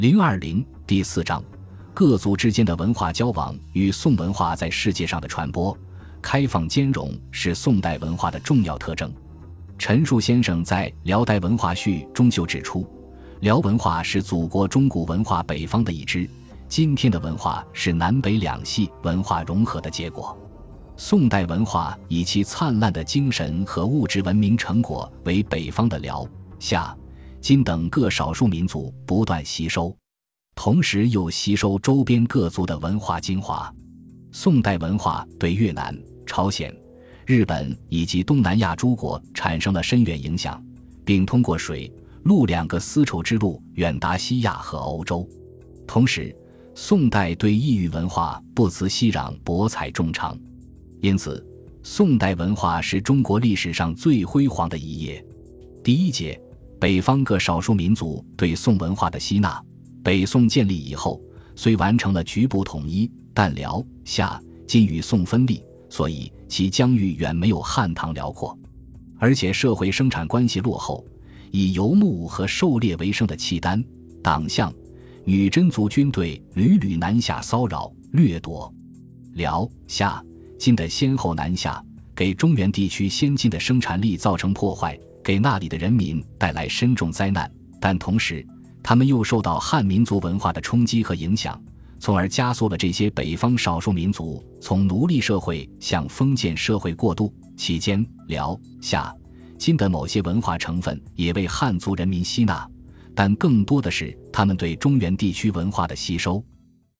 020第4章，各族之间的文化交往与宋文化在世界上的传播，开放兼容是宋代文化的重要特征。陈述先生在《辽代文化序》中就指出，辽文化是祖国中古文化北方的一支，今天的文化是南北两系文化融合的结果。宋代文化以其灿烂的精神和物质文明成果为北方的辽、夏、金等各少数民族不断吸收，同时又吸收周边各族的文化精华。宋代文化对越南、朝鲜、日本以及东南亚诸国产生了深远影响，并通过水、陆两个丝绸之路远达西亚和欧洲。同时，宋代对异域文化不辞熙攘，博采众长。因此，宋代文化是中国历史上最辉煌的一页。第一节，北方各少数民族对宋文化的吸纳。北宋建立以后，虽完成了局部统一，但辽、夏、金与宋分立，所以其疆域远没有汉唐辽阔，而且社会生产关系落后，以游牧和狩猎为生的契丹、党项、女真族军队屡屡南下骚扰、掠夺。辽、夏、金的先后南下，给中原地区先进的生产力造成破坏，给那里的人民带来深重灾难，但同时他们又受到汉民族文化的冲击和影响，从而加速了这些北方少数民族从奴隶社会向封建社会过渡。期间，辽、夏、金的某些文化成分也为汉族人民吸纳，但更多的是他们对中原地区文化的吸收。